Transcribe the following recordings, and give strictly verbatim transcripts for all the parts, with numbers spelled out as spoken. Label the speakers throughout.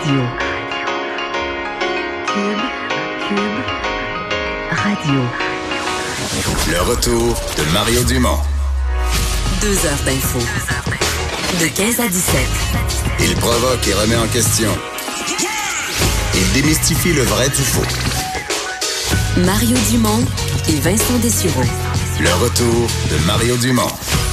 Speaker 1: Radio. Cube, Cube, Radio.
Speaker 2: Le retour de Mario Dumont.
Speaker 1: Deux heures d'info. De quinze à dix-sept.
Speaker 2: Il provoque et remet en question. Il démystifie le vrai du faux.
Speaker 1: Mario Dumont et Vincent Dessureau.
Speaker 2: Le retour de Mario Dumont.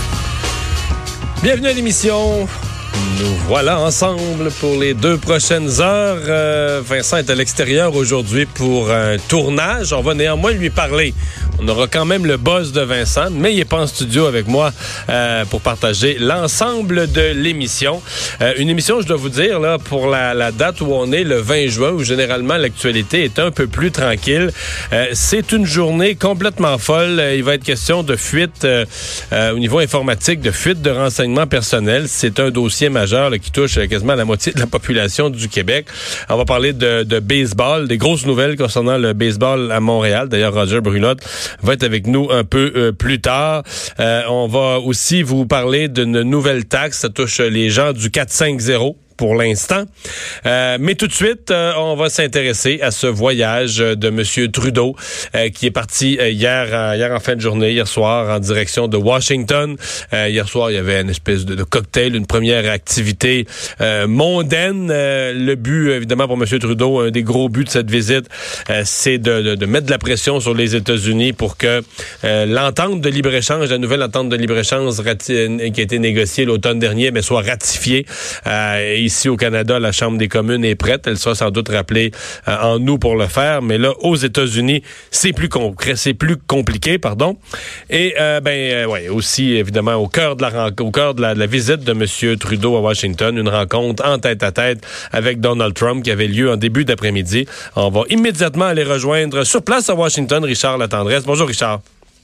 Speaker 3: Bienvenue à l'émission. Nous voilà ensemble pour les deux prochaines heures. Euh, Vincent est à l'extérieur aujourd'hui pour un tournage. On va néanmoins lui parler. On aura quand même le buzz de Vincent, mais il n'est pas en studio avec moi euh, pour partager l'ensemble de l'émission. Euh, une émission, je dois vous dire, là, pour la, la date où on est, le vingt juin, où généralement l'actualité est un peu plus tranquille. Euh, c'est une journée complètement folle. Il va être question de fuite euh, euh, au niveau informatique, de fuite de renseignements personnels. C'est un dossier majeur là, qui touche quasiment la moitié de la population du Québec. On va parler de, de baseball, des grosses nouvelles concernant le baseball à Montréal. D'ailleurs, Roger Brulotte va être avec nous un peu euh, plus tard. Euh, on va aussi vous parler d'une nouvelle taxe. Ça touche les gens du quatre cinq zéro. Pour l'instant. Euh, mais tout de suite, euh, on va s'intéresser à ce voyage de M. Trudeau euh, qui est parti euh, hier, euh, hier en fin de journée, hier soir, en direction de Washington. Euh, hier soir, il y avait une espèce de, de cocktail, une première activité euh, mondaine. Euh, le but, évidemment, pour M. Trudeau, un des gros buts de cette visite, euh, c'est de, de, de mettre de la pression sur les États-Unis pour que euh, l'entente de libre-échange, la nouvelle entente de libre-échange rati- qui a été négociée l'automne dernier, mais soit ratifiée. Euh, Ici au Canada, la Chambre des communes est prête. Elle sera sans doute rappelée euh, en août pour le faire. Mais là, aux États-Unis, c'est plus concret, c'est plus compliqué, pardon. Et euh, ben euh, ouais, aussi évidemment au cœur de la au cœur de la, de la visite de M. Trudeau à Washington, une rencontre en tête à tête avec Donald Trump qui avait lieu en début d'après-midi. On va immédiatement aller rejoindre sur place à Washington Richard Latendresse. Bonjour Richard.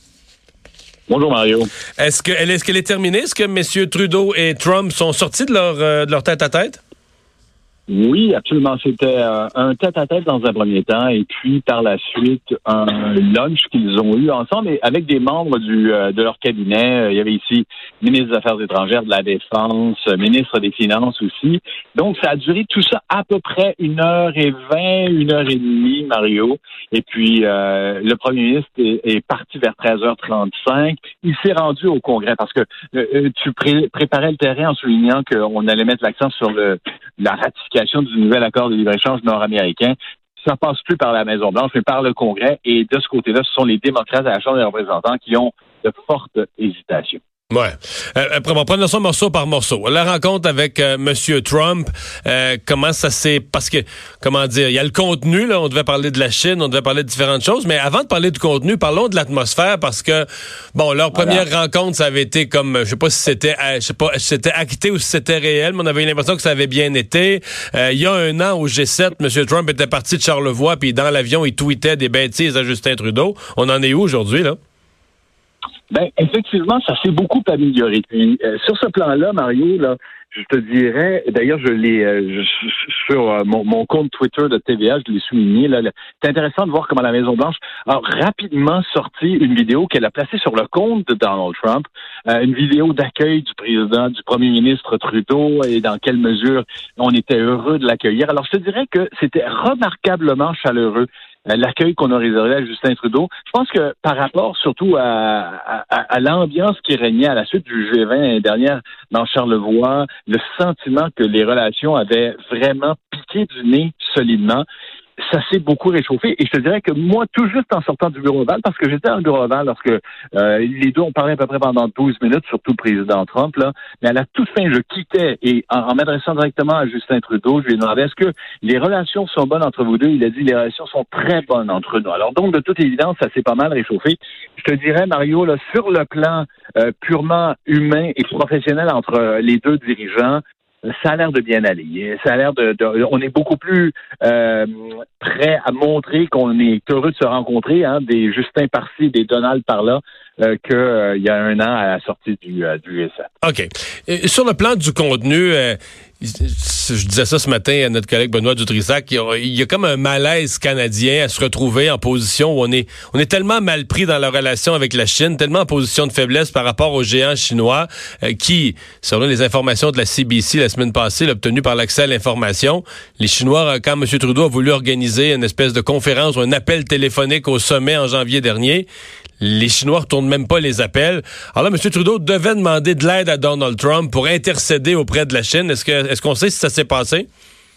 Speaker 4: Bonjour Mario.
Speaker 3: Est-ce que est-ce qu'elle est terminée? Est-ce que M. Trudeau et Trump sont sortis de leur euh, de leur tête-à-tête?
Speaker 4: Oui, absolument. C'était euh, un tête-à-tête dans un premier temps et puis par la suite un lunch qu'ils ont eu ensemble et avec des membres du euh, de leur cabinet. Il y avait ici le ministre des Affaires étrangères, de la Défense, ministre des Finances aussi. Donc ça a duré tout ça à peu près une heure et vingt, une heure et demie, Mario. Et puis euh, le premier ministre est, est parti vers treize heures trente-cinq. Il s'est rendu au Congrès parce que euh, tu pré- préparais le terrain en soulignant qu'on allait mettre l'accent sur le la ratification du nouvel accord de libre-échange nord-américain. Ça passe plus par la Maison-Blanche, mais par le Congrès. Et de ce côté-là, ce sont les démocrates à la Chambre des représentants qui ont de fortes hésitations.
Speaker 3: Ouais. Euh, après, on va prendre ça morceau par morceau. La rencontre avec euh, M. Trump, euh, comment ça s'est... Parce que, comment dire, il y a le contenu, là, on devait parler de la Chine, on devait parler de différentes choses, mais avant de parler du contenu, parlons de l'atmosphère, parce que, bon, leur première voilà. rencontre, ça avait été comme, je sais pas si c'était, je sais pas si c'était acté ou si c'était réel, mais on avait eu l'impression que ça avait bien été. Euh, il y a un an, au G sept, M. Trump était parti de Charlevoix, puis dans l'avion, il tweetait des bêtises à Justin Trudeau. On en est où aujourd'hui, là?
Speaker 4: Ben, effectivement, ça s'est beaucoup amélioré. Puis, euh, sur ce plan-là, Mario, là, je te dirais, d'ailleurs, je l'ai euh, je, sur euh, mon, mon compte Twitter de T V A, je l'ai souligné. Là, là, c'est intéressant de voir comment la Maison-Blanche a rapidement sorti une vidéo qu'elle a placée sur le compte de Donald Trump, euh, une vidéo d'accueil du président, du premier ministre Trudeau, et dans quelle mesure on était heureux de l'accueillir. Alors, je te dirais que c'était remarquablement chaleureux. L'accueil qu'on a réservé à Justin Trudeau. Je pense que par rapport surtout à, à, à l'ambiance qui régnait à la suite du G vingt l'année dernière dans Charlevoix, le sentiment que les relations avaient vraiment piqué du nez solidement, ça s'est beaucoup réchauffé. Et je te dirais que moi, tout juste en sortant du bureau ovale, parce que j'étais dans le bureau ovale lorsque euh, les deux ont parlé à peu près pendant douze minutes, surtout le président Trump, là, mais à la toute fin, je quittais et en, en m'adressant directement à Justin Trudeau, je lui ai demandé, est-ce que les relations sont bonnes entre vous deux? Il a dit, les relations sont très bonnes entre nous. Alors donc, de toute évidence, ça s'est pas mal réchauffé. Je te dirais, Mario, là, sur le plan euh, purement humain et professionnel entre euh, les deux dirigeants, ça a l'air de bien aller. Ça a l'air de, de on est beaucoup plus euh, prêt à montrer qu'on est heureux de se rencontrer, hein, des Justin par-ci, des Donald par-là, euh, qu'il euh, y a un an à la sortie du, euh, du G sept.
Speaker 3: OK. Et sur le plan du contenu, euh, je disais ça ce matin à notre collègue Benoît Dutrisac, il y, a, il y a comme un malaise canadien à se retrouver en position où on est on est tellement mal pris dans la relation avec la Chine, tellement en position de faiblesse par rapport aux géants chinois euh, qui, selon les informations de la C B C la semaine passée, obtenues par l'accès à l'information, les Chinois, quand M. Trudeau a voulu organiser une espèce de conférence ou un appel téléphonique au sommet en janvier dernier, les Chinois ne retournent même pas les appels. Alors là, M. Trudeau devait demander de l'aide à Donald Trump pour intercéder auprès de la Chine. Est-ce que est-ce qu'on sait si ça s'est passé?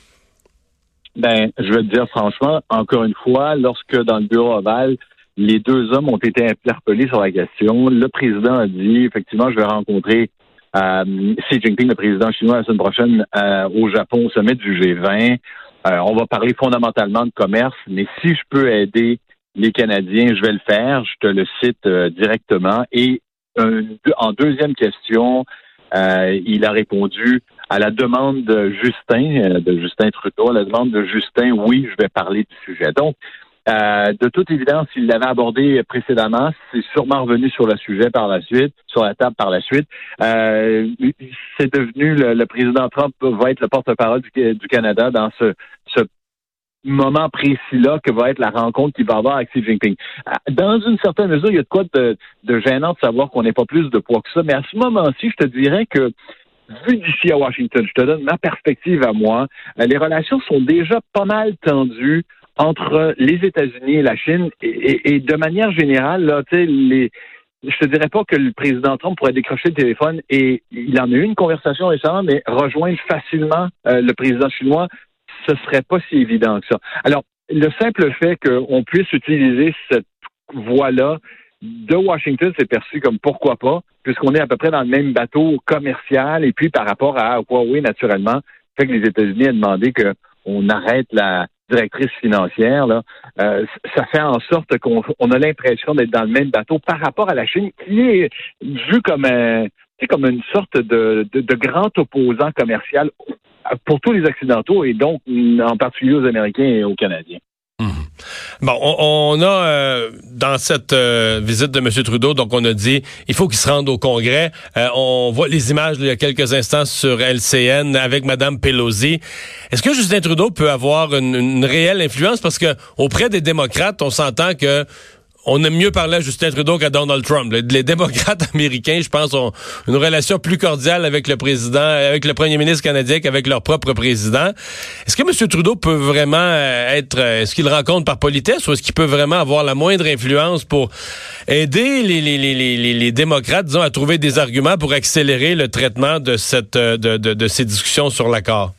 Speaker 4: Ben, je veux te dire franchement, encore une fois, lorsque dans le bureau ovale, les deux hommes ont été interpellés sur la question, le président a dit, effectivement, je vais rencontrer euh, Xi Jinping, le président chinois, la semaine prochaine euh, au Japon, au sommet du G vingt. Euh, on va parler fondamentalement de commerce, mais si je peux aider les Canadiens, je vais le faire. Je te le cite euh, directement. Et euh, en deuxième question, euh, il a répondu à la demande de Justin, euh, de Justin Trudeau, à la demande de Justin, oui, je vais parler du sujet. Donc, euh, de toute évidence, il l'avait abordé précédemment. C'est sûrement revenu sur le sujet par la suite, sur la table par la suite. Euh, c'est devenu, le, le président Trump va être le porte-parole du, du Canada dans ce, ce moment précis-là que va être la rencontre qu'il va avoir avec Xi Jinping. Dans une certaine mesure, il y a de quoi de, de gênant de savoir qu'on n'ait pas plus de poids que ça, mais à ce moment-ci, je te dirais que, vu d'ici à Washington, je te donne ma perspective à moi, les relations sont déjà pas mal tendues entre les États-Unis et la Chine, et, et, et de manière générale, là, tu sais, les... Je te dirais pas que le président Trump pourrait décrocher le téléphone, et il en a eu une conversation récemment, mais rejoindre facilement euh, le président chinois, ce serait pas si évident que ça. Alors, le simple fait qu'on puisse utiliser cette voie-là de Washington, c'est perçu comme pourquoi pas, puisqu'on est à peu près dans le même bateau commercial, et puis par rapport à Huawei, naturellement, fait que les États-Unis ont demandé qu'on arrête la directrice financière, là, euh, ça fait en sorte qu'on on a l'impression d'être dans le même bateau par rapport à la Chine, qui est vue comme un, comme une sorte de, de, de grand opposant commercial pour tous les Occidentaux et donc en particulier aux Américains et aux Canadiens.
Speaker 3: Mmh. Bon, on, on a euh, dans cette euh, visite de M. Trudeau, donc on a dit il faut qu'il se rende au Congrès. Euh, on voit les images là, il y a quelques instants sur L C N avec Mme Pelosi. Est-ce que Justin Trudeau peut avoir une, une réelle influence? Parce que auprès des démocrates, on s'entend que on aime mieux parler à Justin Trudeau qu'à Donald Trump. Les, les démocrates américains, je pense, ont une relation plus cordiale avec le président, avec le premier ministre canadien qu'avec leur propre président. Est-ce que M. Trudeau peut vraiment être... Est-ce qu'il rencontre par politesse ou est-ce qu'il peut vraiment avoir la moindre influence pour aider les, les, les, les, les démocrates, disons, à trouver des arguments pour accélérer le traitement de, cette, de, de, de ces discussions sur l'accord?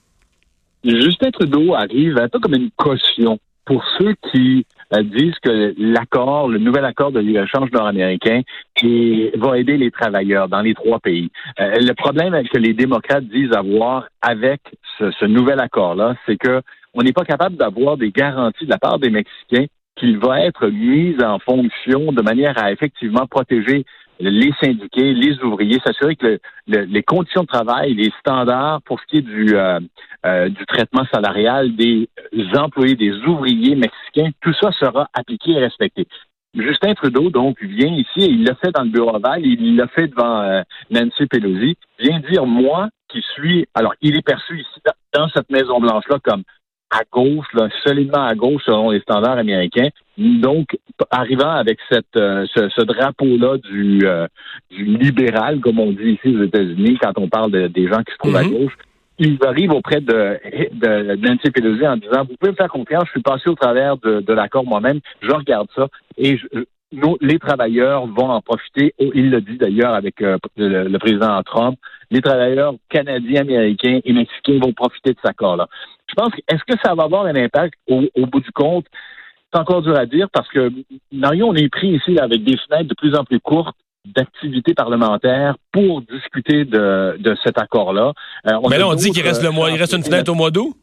Speaker 4: Justin Trudeau arrive un peu comme une caution pour ceux qui euh, disent que l'accord, le nouvel accord de libre-échange nord-américain qui va aider les travailleurs dans les trois pays. Euh, le problème que les démocrates disent avoir avec ce, ce nouvel accord-là, c'est que on n'est pas capable d'avoir des garanties de la part des Mexicains qu'il va être mis en fonction de manière à effectivement protéger les syndiqués, les ouvriers, s'assurer que le, le, les conditions de travail, les standards pour ce qui est du, euh, euh, du traitement salarial des employés, des ouvriers mexicains, tout ça sera appliqué et respecté. Justin Trudeau, donc, vient ici, et il l'a fait dans le bureau ovale, il l'a fait devant euh, Nancy Pelosi, vient dire, moi, qui suis... Alors, il est perçu ici, dans cette Maison-Blanche-là, comme à gauche, là, solidement à gauche selon les standards américains. Donc, arrivant avec cette euh, ce, ce drapeau-là du, euh, du libéral, comme on dit ici aux États-Unis, quand on parle de, des gens qui se trouvent mm-hmm. à gauche, il arrive auprès de, de, de Nancy Pelosi en disant, vous pouvez me faire confiance, je suis passé au travers de, de l'accord moi-même, je regarde ça, et je, nous, les travailleurs vont en profiter. Il l'a dit d'ailleurs avec euh, le, le président Trump, les travailleurs canadiens, américains et mexicains vont profiter de cet accord-là. Je pense que, est-ce que ça va avoir un impact au, au bout du compte? C'est encore dur à dire parce que, Mario, on est pris ici là, avec des fenêtres de plus en plus courtes d'activités parlementaires pour discuter de, de cet accord-là. Euh, on Mais là, on dit qu'il reste le mois, il reste une fenêtre au mois d'août?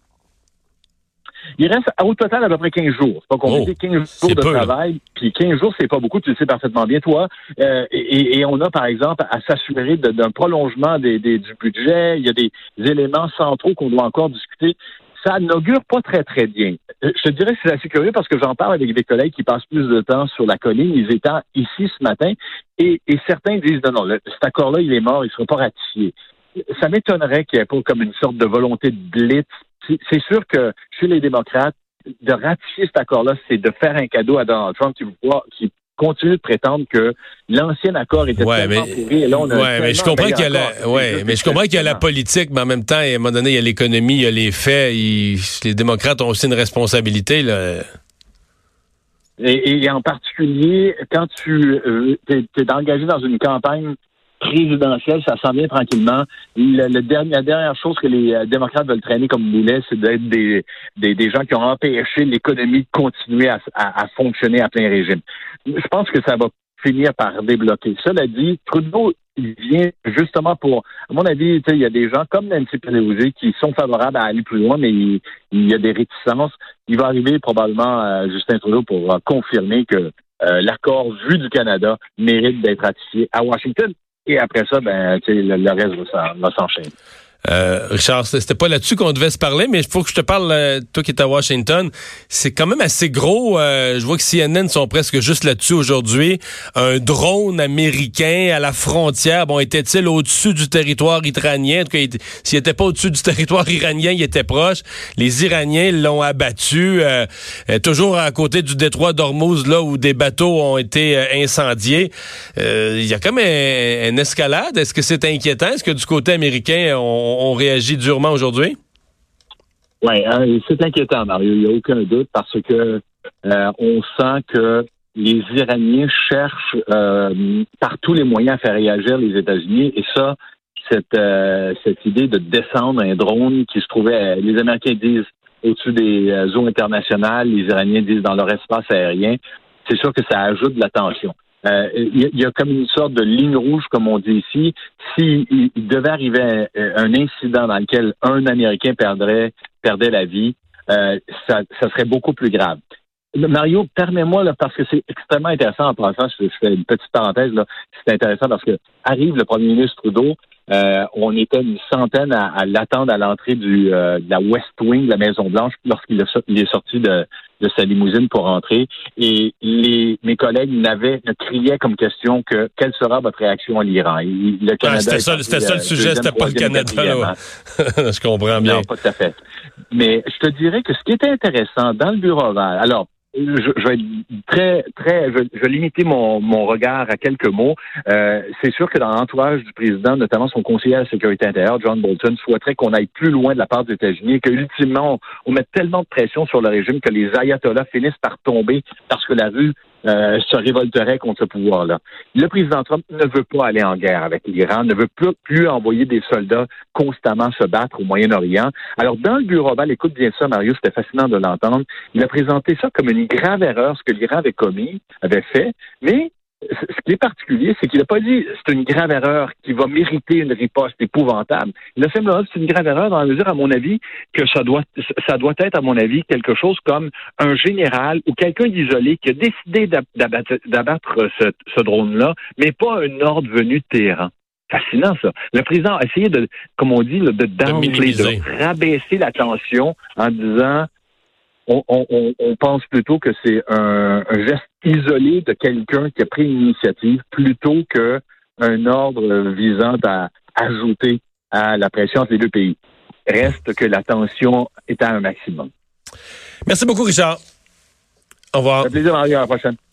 Speaker 4: Il reste au total à peu près quinze jours. C'est pas compliqué, oh, quinze jours de peu, travail. Là. Puis quinze jours, c'est pas beaucoup, tu le sais parfaitement bien, toi. Euh, et, et on a, par exemple, à s'assurer de, d'un prolongement des, des, du budget. Il y a des éléments centraux qu'on doit encore discuter. Ça n'augure pas très, très bien. Je te dirais que c'est assez curieux parce que j'en parle avec des collègues qui passent plus de temps sur la colline. Ils étant ici ce matin. Et, et certains disent, non, non, le, cet accord-là, il est mort, il ne sera pas ratifié. ça m'étonnerait qu'il n'y ait pas comme une sorte de volonté de blitz. C'est, c'est sûr que chez les démocrates, de ratifier cet accord-là, c'est de faire un cadeau à Donald Trump qui, qui continue de prétendre que l'ancien accord était
Speaker 3: ouais,
Speaker 4: tellement
Speaker 3: mais,
Speaker 4: pourri. Et là, on a
Speaker 3: ouais, mais je comprends qu'il y a la, ouais, mais je comprends qu'il y a la politique, mais en même temps, à un moment donné, il y a l'économie, il y a les faits. Ils, les démocrates ont aussi une responsabilité, là.
Speaker 4: Et, et en particulier, quand tu euh, t'es, t'es engagé dans une campagne présidentielle, ça s'en vient tranquillement. Le, le dernier, la dernière chose que les euh, démocrates veulent traîner comme boulet, c'est d'être des, des, des gens qui ont empêché l'économie de continuer à, à, à fonctionner à plein régime. Je pense que ça va finir par débloquer. Cela dit, Trudeau, il vient justement pour, à mon avis, il y a des gens comme Nancy Pelosi qui sont favorables à aller plus loin, mais il, il y a des réticences. Il va arriver probablement euh, Justin Trudeau pour euh, confirmer que euh, l'accord vu du Canada mérite d'être ratifié à Washington. Et après ça, ben, tu sais, le, le reste va, va s'enchaîner.
Speaker 3: Euh, Richard, c'était pas là-dessus qu'on devait se parler, mais il faut que je te parle, euh, toi qui es à Washington, c'est quand même assez gros. Euh, je vois que C N N sont presque juste là-dessus aujourd'hui. Un drone américain à la frontière, bon, était-il au-dessus du territoire iranien? En tout cas, s'il était pas au-dessus du territoire iranien, il était proche. Les Iraniens l'ont abattu, euh, euh, toujours à côté du détroit d'Ormuz, là où des bateaux ont été euh, incendiés. Euh, il y a comme un, une escalade. Est-ce que c'est inquiétant? Est-ce que du côté américain, on on réagit durement aujourd'hui?
Speaker 4: Oui, hein, c'est inquiétant, Mario. Il n'y a aucun doute parce que euh, on sent que les Iraniens cherchent euh, par tous les moyens à faire réagir les États-Unis. Et ça, cette, euh, cette idée de descendre un drone qui se trouvait, les Américains disent au-dessus des euh, eaux internationales, les Iraniens disent dans leur espace aérien, c'est sûr que ça ajoute de la tension. Euh, il y, y a comme une sorte de ligne rouge, comme on dit ici. S'il il, il devait arriver un, un incident dans lequel un Américain perdrait perdait la vie, euh, ça, ça serait beaucoup plus grave. Mario, permets-moi, là, parce que c'est extrêmement intéressant en passant, je, je fais une petite parenthèse, là, c'est intéressant parce que arrive le premier ministre Trudeau, euh, on était une centaine à, à l'attendre à l'entrée du euh, de la West Wing de la Maison-Blanche lorsqu'il est sorti de, de sa limousine pour rentrer. Et les mes collègues n'avaient ne criaient comme question que quelle sera votre réaction à l'Iran? Il, le Canada
Speaker 3: ah, c'était ça, c'était ça le sujet, c'était pas le Canada. Là, je comprends bien.
Speaker 4: Non, pas tout à fait. Mais je te dirais que ce qui était intéressant dans le bureau ovale, alors, Je, je vais être très, très, je, je vais limiter mon, mon regard à quelques mots. Euh, c'est sûr que dans l'entourage du président, notamment son conseiller à la sécurité intérieure, John Bolton, souhaiterait qu'on aille plus loin de la part des États-Unis et que, ultimement, on, on mette tellement de pression sur le régime que les ayatollahs finissent par tomber parce que la rue euh, se révolterait contre ce pouvoir-là. Le président Trump ne veut pas aller en guerre avec l'Iran, ne veut plus, plus envoyer des soldats constamment se battre au Moyen-Orient. Alors, dans le bureau ovale, écoute bien ça, Mario, c'était fascinant de l'entendre, il a présenté ça comme une grave erreur, ce que l'Iran avait commis, avait fait, mais ce qui est particulier, c'est qu'il n'a pas dit c'est une grave erreur qui va mériter une riposte épouvantable. Il a simplement dit c'est une grave erreur dans la mesure, à mon avis, que ça doit ça doit être, à mon avis, quelque chose comme un général ou quelqu'un d'isolé qui a décidé d'abattre, d'abattre ce, ce drone-là, mais pas un ordre venu de Téhéran. Fascinant, ça. Le président a essayé de, comme on dit, de downplay, de, de rabaisser la tension en disant On, on, on pense plutôt que c'est un, un geste isolé de quelqu'un qui a pris une initiative plutôt qu'un ordre visant à ajouter à la pression entre les deux pays. Reste que la tension est à un maximum.
Speaker 3: Merci beaucoup, Richard. Au revoir.
Speaker 4: Ça fait plaisir, Mario. À la prochaine.